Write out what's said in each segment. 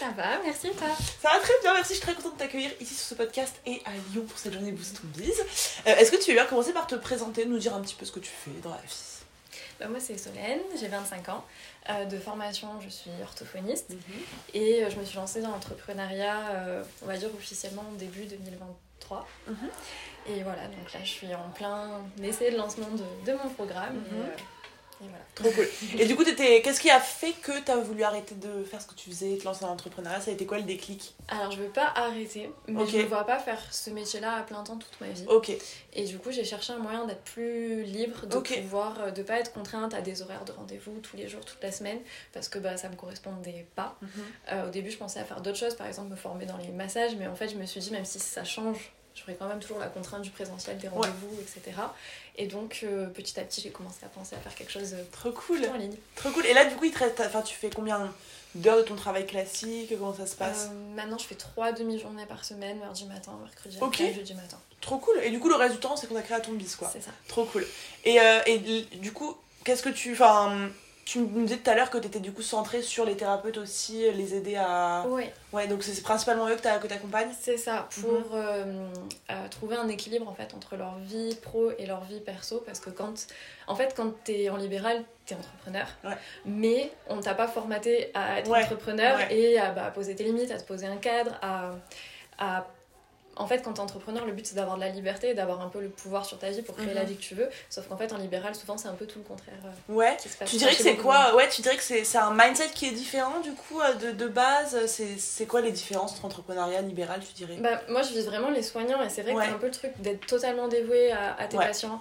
Ça va, merci et toi? Ça va très bien, merci, je suis très contente de t'accueillir ici sur ce podcast et à Lyon pour cette journée Boost to Biz. Est-ce que tu veux bien commencer par te présenter, nous dire un petit peu ce que tu fais dans la vie? Moi c'est Solène, j'ai 25 ans. De formation, je suis orthophoniste et je me suis lancée dans l'entrepreneuriat, on va dire officiellement début 2023. Et voilà, donc là je suis en plein essai de lancement de mon programme. Et voilà. Trop cool. Et du coup, qu'est-ce qui a fait que tu as voulu arrêter de faire ce que tu faisais, te lancer dans l'entrepreneuriat? Ça a été quoi le déclic? Alors je veux pas arrêter, mais je ne me vois pas faire ce métier-là à plein temps toute ma vie. Et du coup, j'ai cherché un moyen d'être plus libre, de pouvoir, de pas être contrainte à des horaires de rendez-vous tous les jours, toute la semaine, parce que ça me correspondait pas. Au début, je pensais à faire d'autres choses, par exemple me former dans les massages, mais en fait, je me suis dit, même si ça change, j'aurais quand même toujours la contrainte du présentiel, des rendez-vous, etc. Et donc, petit à petit, j'ai commencé à penser à faire quelque chose trop cool en ligne. Trop cool. Et là, du coup, tu fais combien d'heures de ton travail classique? Comment ça se passe? Maintenant, je fais 3 demi-journées par semaine, mardi matin, mercredi jeudi matin. Trop cool. Et du coup, le reste du temps, c'est consacré à ton biz, quoi. C'est ça. Trop cool. Et du coup, qu'est-ce que tu... Tu me disais tout à l'heure que tu étais du coup centrée sur les thérapeutes aussi, les aider à... Ouais, donc c'est principalement eux que t'accompagnes? C'est ça, pour trouver un équilibre en fait entre leur vie pro et leur vie perso, parce que quand t'es en libéral, t'es entrepreneur, mais on t'a pas formaté à être entrepreneur et à poser tes limites, à te poser un cadre, à en fait, quand t'es entrepreneur, le but c'est d'avoir de la liberté et d'avoir un peu le pouvoir sur ta vie pour créer la vie que tu veux. Sauf qu'en fait, en libéral, souvent c'est un peu tout le contraire. Qui se passe. Tu dirais que c'est quoi? Ouais, tu dirais que c'est un mindset qui est différent du coup de base. C'est quoi les différences entre entrepreneuriat et libéral, tu dirais? Moi, je vise vraiment les soignants et c'est vrai que c'est un peu le truc d'être totalement dévoué à tes patients.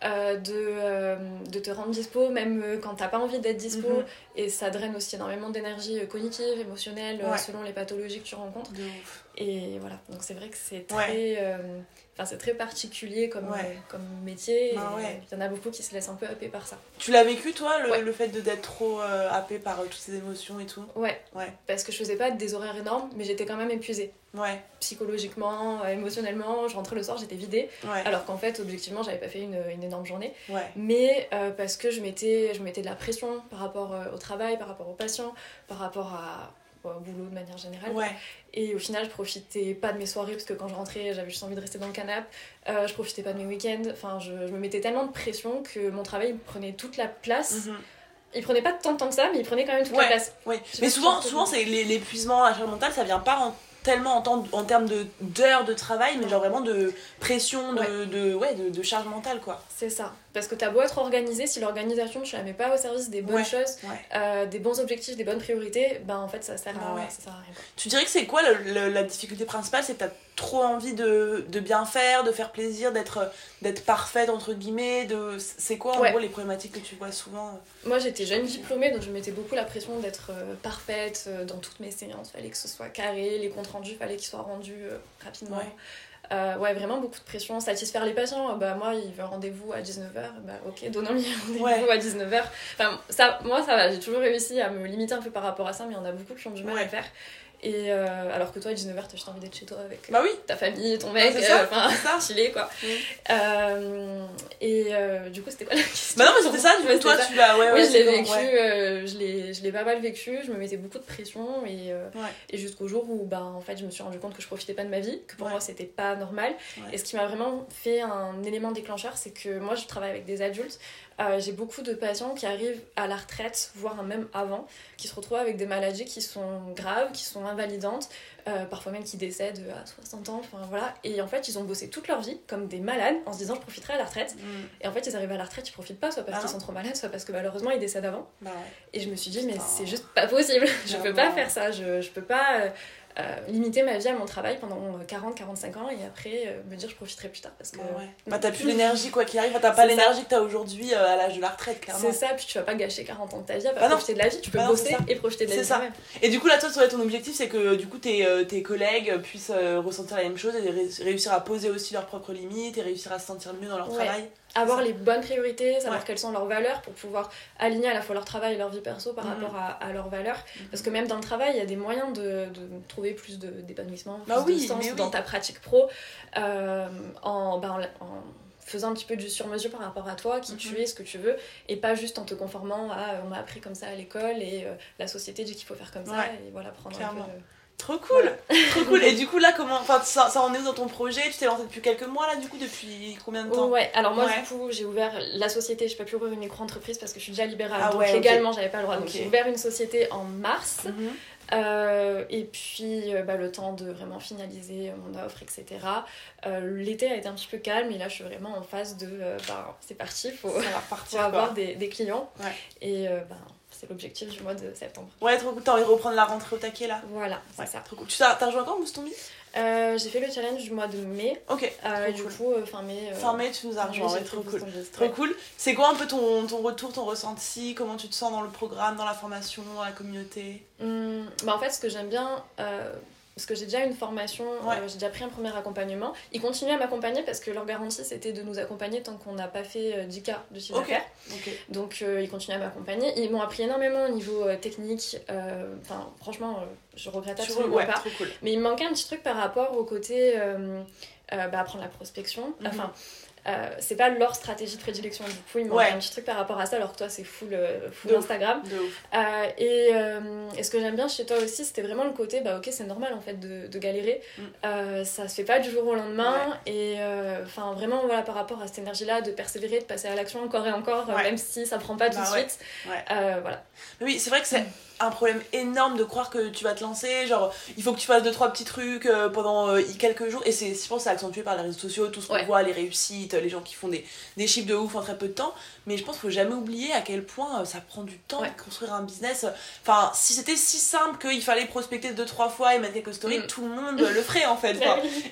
De te rendre dispo même quand t'as pas envie d'être dispo, et ça draine aussi énormément d'énergie cognitive, émotionnelle, selon les pathologies que tu rencontres. Et voilà, donc c'est vrai que c'est très c'est très particulier comme métier. Il y en a beaucoup qui se laissent un peu happer par ça. Tu l'as vécu toi, le fait d'être trop happé par toutes ces émotions et tout? Ouais, parce que je faisais pas des horaires énormes, mais j'étais quand même épuisée. Psychologiquement, émotionnellement, je rentrais le soir, j'étais vidée, alors qu'en fait objectivement j'avais pas fait une énorme journée, mais parce que je mettais de la pression par rapport au travail, par rapport aux patients, par rapport au boulot de manière générale. Et au final je profitais pas de mes soirées, parce que quand je rentrais j'avais juste envie de rester dans le canapé, je profitais pas de mes week-ends, je me mettais tellement de pression que mon travail prenait toute la place. Il prenait pas tant de temps que ça, mais il prenait quand même toute la place. Mais souvent c'est l'épuisement, la charge mentale, ça vient pas tellement en termes d'heures de travail, mais genre vraiment de pression, de charge mentale, quoi. C'est ça. Parce que t'as beau être organisé, si l'organisation tu la mets pas au service des bonnes choses, des bons objectifs, des bonnes priorités, en fait ça sert à rien. Tu dirais que c'est quoi la difficulté principale? C'est que t'as trop envie de bien faire, de faire plaisir, d'être parfaite entre guillemets, c'est quoi en gros les problématiques que tu vois souvent? Moi j'étais jeune diplômée, donc je mettais beaucoup la pression d'être parfaite dans toutes mes séances, fallait que ce soit carré, les comptes rendus fallait qu'ils soient rendus rapidement. Vraiment beaucoup de pression, satisfaire les patients. Moi il veut un rendez-vous à 19h, ok, donnons-lui un rendez-vous à 19h. Ça va, j'ai toujours réussi à me limiter un peu par rapport à ça, mais il y en a beaucoup qui ont du mal à le faire. Et alors que toi à 19h t'as juste envie d'être chez toi avec ta famille, ton mec, chiller quoi. Du coup c'était quoi la question? Non mais c'était ça, du coup toi tu l'as je l'ai vécu, je l'ai pas mal vécu, je me mettais beaucoup de pression et jusqu'au jour où en fait je me suis rendu compte que je profitais pas de ma vie, que pour moi c'était pas normal. Et ce qui m'a vraiment fait un élément déclencheur, c'est que moi je travaille avec des adultes. J'ai beaucoup de patients qui arrivent à la retraite, voire même avant, qui se retrouvent avec des maladies qui sont graves, qui sont invalidantes, parfois même qui décèdent à 60 ans, et en fait ils ont bossé toute leur vie comme des malades en se disant je profiterai à la retraite, et en fait ils arrivent à la retraite, ils profitent pas, soit parce qu'ils sont trop malades, soit parce que malheureusement ils décèdent avant. Et je me suis dit mais c'est juste pas possible, je peux pas faire ça, je peux pas limiter ma vie à mon travail pendant 40-45 ans et après me dire je profiterai plus tard, parce que t'as plus l'énergie quoi qu'il arrive, t'as pas l'énergie que t'as aujourd'hui à l'âge de la retraite, clairement. C'est ça, puis tu vas pas gâcher 40 ans de ta vie à pas profiter de la vie, tu peux bosser et profiter de la vie quand même. Et du coup là toi ton objectif c'est que du coup tes collègues puissent ressentir la même chose et réussir à poser aussi leurs propres limites et réussir à se sentir mieux dans leur travail. Avoir les bonnes priorités, savoir quelles sont leurs valeurs pour pouvoir aligner à la fois leur travail et leur vie perso par rapport à leurs valeurs. Parce que même dans le travail, il y a des moyens de trouver plus d'épanouissement, plus de sens dans ta pratique pro, en faisant un petit peu du sur-mesure par rapport à toi, qui tu es, ce que tu veux, et pas juste en te conformant à on m'a appris comme ça à l'école et la société dit qu'il faut faire comme ça, et voilà, prendre clairement. un peu... Trop cool, voilà. Trop cool. Et du coup là, ça en est où dans ton projet? Tu t'es lancée depuis quelques mois là, du coup, depuis combien de temps? Ouais, alors moi du coup j'ai ouvert la société, j'ai pas pu ouvrir une micro-entreprise parce que je suis déjà libérale, donc légalement j'avais pas le droit, donc j'ai ouvert une société en mars. Et puis le temps de vraiment finaliser mon offre, etc. L'été a été un petit peu calme et là je suis vraiment en phase de c'est parti, faut avoir des clients, et c'est l'objectif du mois de septembre. Ouais, trop cool. T'as envie de reprendre la rentrée au taquet là? Voilà, c'est ça. Trop cool. T'as rejoint quand Boost Ton Biz? J'ai fait le challenge du mois de mai. Ok. Du coup, fin mai. Fin mai, tu nous as rejoint. Trop cool. Trop cool. C'est quoi un peu ton retour, ton ressenti? Comment tu te sens dans le programme, dans la formation, dans la communauté? En fait, ce que j'aime bien. Parce que j'ai déjà une formation, j'ai déjà pris un premier accompagnement. Ils continuent à m'accompagner parce que leur garantie c'était de nous accompagner tant qu'on n'a pas fait 10K de chiffre d'affaires. Donc ils continuent à m'accompagner. Ils m'ont appris énormément au niveau technique. Franchement, je regrette absolument pas. Trop cool. Mais il me manquait un petit truc par rapport au côté apprendre la prospection. C'est pas leur stratégie de prédilection, du coup il me manque un petit truc par rapport à ça, alors que toi c'est full Instagram. Et ce que j'aime bien chez toi aussi, c'était vraiment le côté c'est normal en fait de galérer, ça se fait pas du jour au lendemain, et vraiment voilà, par rapport à cette énergie là de persévérer, de passer à l'action encore et encore, même si ça prend pas tout de suite. Voilà. Oui, c'est vrai que c'est un problème énorme de croire que tu vas te lancer, genre il faut que tu fasses 2-3 petits trucs pendant quelques jours, et je pense que c'est accentué par les réseaux sociaux, tout ce qu'on voit, les réussites, les gens qui font des chiffres de ouf en très peu de temps, mais je pense qu'il faut jamais oublier à quel point ça prend du temps de construire un business. Enfin, si c'était si simple qu'il fallait prospecter 2-3 fois et mettre quelques stories, tout le monde le ferait en fait.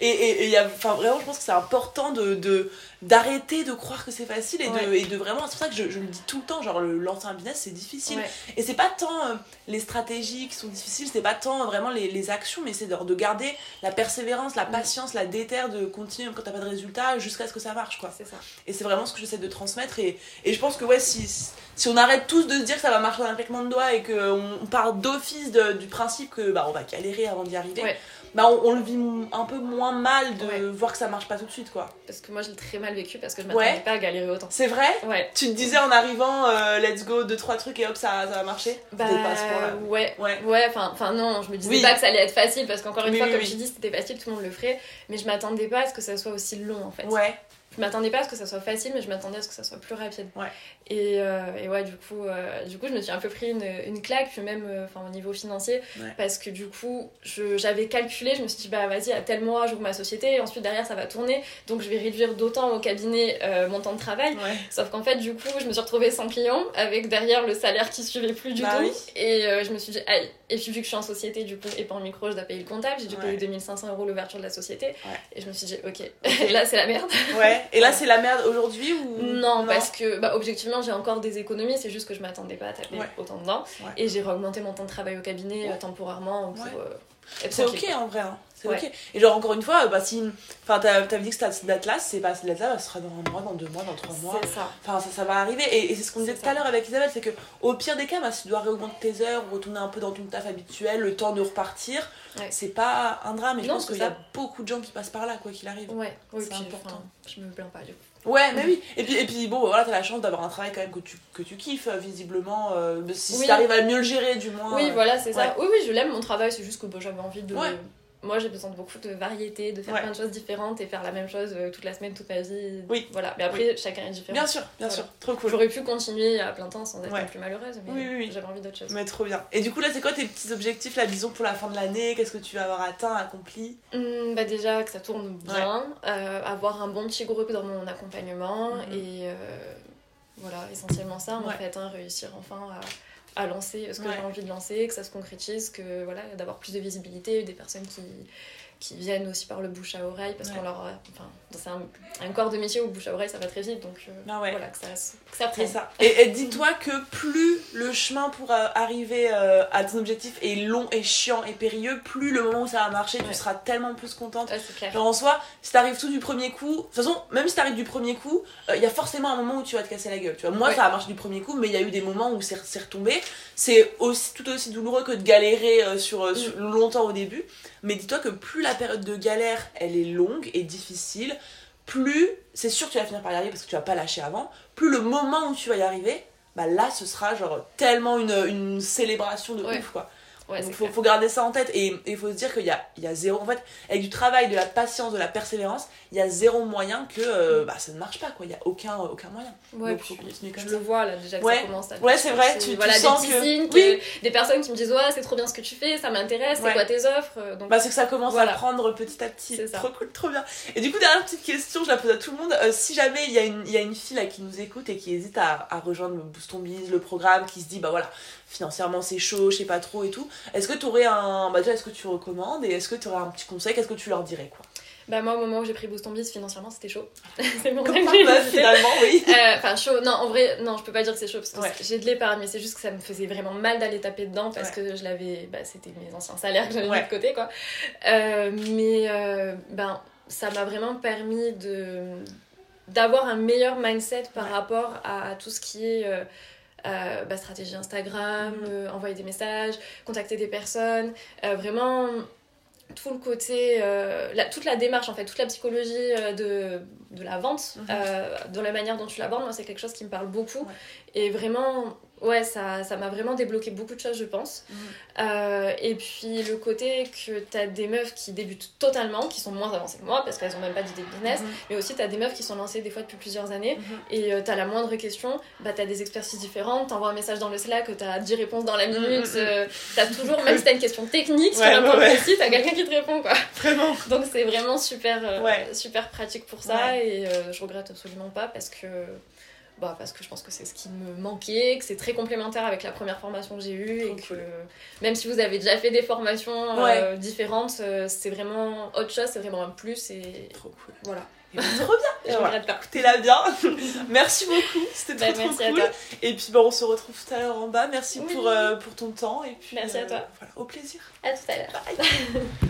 Et vraiment je pense que c'est important d'arrêter de croire que c'est facile et de vraiment, c'est pour ça que je le dis tout le temps, genre lancer un business c'est difficile, et c'est pas tant les stratégies qui sont difficiles, c'est pas tant vraiment les actions, mais c'est de garder la persévérance, la patience, la déterre, de continuer même quand t'as pas de résultat jusqu'à ce que ça marche, quoi. C'est ça. Et c'est vraiment ce que j'essaie de transmettre, et je pense que si on arrête tous de se dire que ça va marcher d'un claquement de doigts et qu'on part d'office du principe que on va galérer avant d'y arriver, on le vit un peu moins mal de voir que ça marche pas tout de suite, quoi. Parce que moi je l'ai très mal vécu parce que je m'attendais pas à galérer autant. C'est vrai? Tu te disais en arrivant let's go, 2-3 trucs et hop ça va marcher? Pas à ce point-là. Non, je me disais pas que ça allait être facile parce qu'encore une fois, comme tu dis, c'était facile, tout le monde le ferait, mais je m'attendais pas à ce que ça soit aussi long en fait. Je m'attendais pas à ce que ça soit facile, mais je m'attendais à ce que ça soit plus rapide. Et du coup je me suis un peu pris une claque, puis même au niveau financier, parce que du coup j'avais calculé, je me suis dit vas-y, à tel mois j'ouvre ma société, et ensuite derrière ça va tourner, donc je vais réduire d'autant au cabinet mon temps de travail. Sauf qu'en fait du coup je me suis retrouvée sans client, avec derrière le salaire qui suivait plus du tout. Et je me suis dit aïe, et puis vu que je suis en société du coup et pas en micro, je dois payer le comptable, j'ai dû payer 2500 € l'ouverture de la société, et je me suis dit ok, là c'est la merde. Et là c'est la merde aujourd'hui ou... Non, parce que objectivement j'ai encore des économies, c'est juste que je m'attendais pas à taper autant dedans, et j'ai augmenté mon temps de travail au cabinet temporairement pour être c'est ok en vrai, hein. C'est ok. Et genre encore une fois, t'avais dit que cette date-là, cette date-là, ce sera dans un mois, dans 2 mois, dans 3 mois. C'est ça. Enfin, ça va arriver. Et c'est ce qu'on disait tout à l'heure avec Isabelle, c'est que au pire des cas, si tu dois réaugmenter tes heures, retourner un peu dans ton taf habituel, le temps de repartir, c'est pas un drame. Et je pense qu'il y a beaucoup de gens qui passent par là, quoi qu'il arrive. C'est important. Je me plains pas du coup. Mais oui, et puis t'as la chance d'avoir un travail quand même que tu kiffes, visiblement, si t'arrives à mieux le gérer du moins. C'est ça. Oui, je l'aime mon travail, c'est juste que j'avais envie de... Moi j'ai besoin de beaucoup de variété, de faire plein de choses différentes, et faire la même chose toute la semaine, toute ma vie. Voilà, mais après chacun est différent. Bien sûr, trop cool. J'aurais pu continuer à plein temps sans être plus malheureuse, mais j'avais envie d'autre chose. Mais trop bien. Et du coup là c'est quoi tes petits objectifs là, disons pour la fin de l'année? Qu'est-ce que tu vas avoir atteint, accompli? Déjà que ça tourne bien, avoir un bon petit groupe dans mon accompagnement, et voilà, essentiellement ça en fait, réussir enfin à lancer ce que j'ai envie de lancer, que ça se concrétise, que voilà, d'avoir plus de visibilité, des personnes qui viennent aussi par le bouche à oreille, parce qu'on leur c'est un corps de métier où le bouche à oreille ça va très vite, donc voilà, que ça prenne. C'est ça. Et dis-toi que plus le chemin pour arriver à ton objectif est long et chiant et périlleux, plus le moment où ça va marcher, tu seras tellement plus contente. C'est clair. Genre en soi, si t'arrives tout du premier coup, de toute façon, même si t'arrives du premier coup, il y a forcément un moment où tu vas te casser la gueule, tu vois. Moi ça a marché du premier coup, mais il y a eu des moments où c'est retombé. C'est tout aussi douloureux que de galérer sur longtemps au début, mais dis-toi que plus la période de galère elle est longue et difficile, plus c'est sûr que tu vas finir par y arriver parce que tu vas pas lâcher avant, plus le moment où tu vas y arriver, bah là ce sera genre tellement une célébration de ouf quoi. Ouais, donc faut garder ça en tête et il faut se dire qu'il y a zéro, en fait avec du travail, de la patience, de la persévérance, il y a zéro moyen que ça ne marche pas quoi, il y a aucun moyen. Ouais, donc faut continuer comme ça. Le vois là déjà que ça commence à c'est vrai, tu voilà, sens des petits signes des personnes qui me disent ouais c'est trop bien ce que tu fais, ça m'intéresse, c'est quoi tes offres, donc c'est que ça commence à prendre petit à petit. C'est trop cool, trop bien. Et du coup dernière petite question, je la pose à tout le monde, si jamais il y a une fille là qui nous écoute et qui hésite à rejoindre Boost Ton Biz, le programme, qui se dit bah voilà financièrement c'est chaud, je sais pas trop et tout, est-ce que tu aurais déjà est-ce que tu recommandes et est-ce que tu aurais un petit conseil, qu'est-ce que tu leur dirais quoi? Bah moi au moment où j'ai pris Boost Ton Biz financièrement c'était chaud. C'est bon, finalement oui. Enfin chaud, non en vrai non je peux pas dire que c'est chaud parce que j'ai de l'épargne, mais c'est juste que ça me faisait vraiment mal d'aller taper dedans parce que je l'avais, c'était mes anciens salaires que j'avais mis de côté quoi. Mais ça m'a vraiment permis d'avoir un meilleur mindset par rapport à tout ce qui est stratégie Instagram, envoyer des messages, contacter des personnes, vraiment tout le côté, toute la démarche en fait, toute la psychologie de la vente, de la manière dont tu la vends, moi c'est quelque chose qui me parle beaucoup et vraiment ça m'a vraiment débloqué beaucoup de choses je pense. Et puis le côté que t'as des meufs qui débutent totalement, qui sont moins avancées que moi parce qu'elles ont même pas d'idée de business, mais aussi t'as des meufs qui sont lancées des fois depuis plusieurs années et t'as la moindre question, t'as des expertises différentes, t'envoies un message dans le Slack, t'as 10 réponses dans la minute, t'as toujours, même si t'as une question technique sur un point précis, t'as quelqu'un qui te répond quoi. Vraiment. Donc c'est vraiment super pratique pour ça et je regrette absolument pas parce que je pense que c'est ce qui me manquait, que c'est très complémentaire avec la première formation que j'ai eue et que même si vous avez déjà fait des formations différentes, c'est vraiment autre chose, c'est vraiment un plus et trop cool. Voilà. Trop bien. Je regrette pas. T'es là bien. Merci beaucoup, c'était trop cool. Et puis on se retrouve tout à l'heure en bas. Merci pour ton temps et puis merci à toi. Voilà, au plaisir. À tout à l'heure. Bye.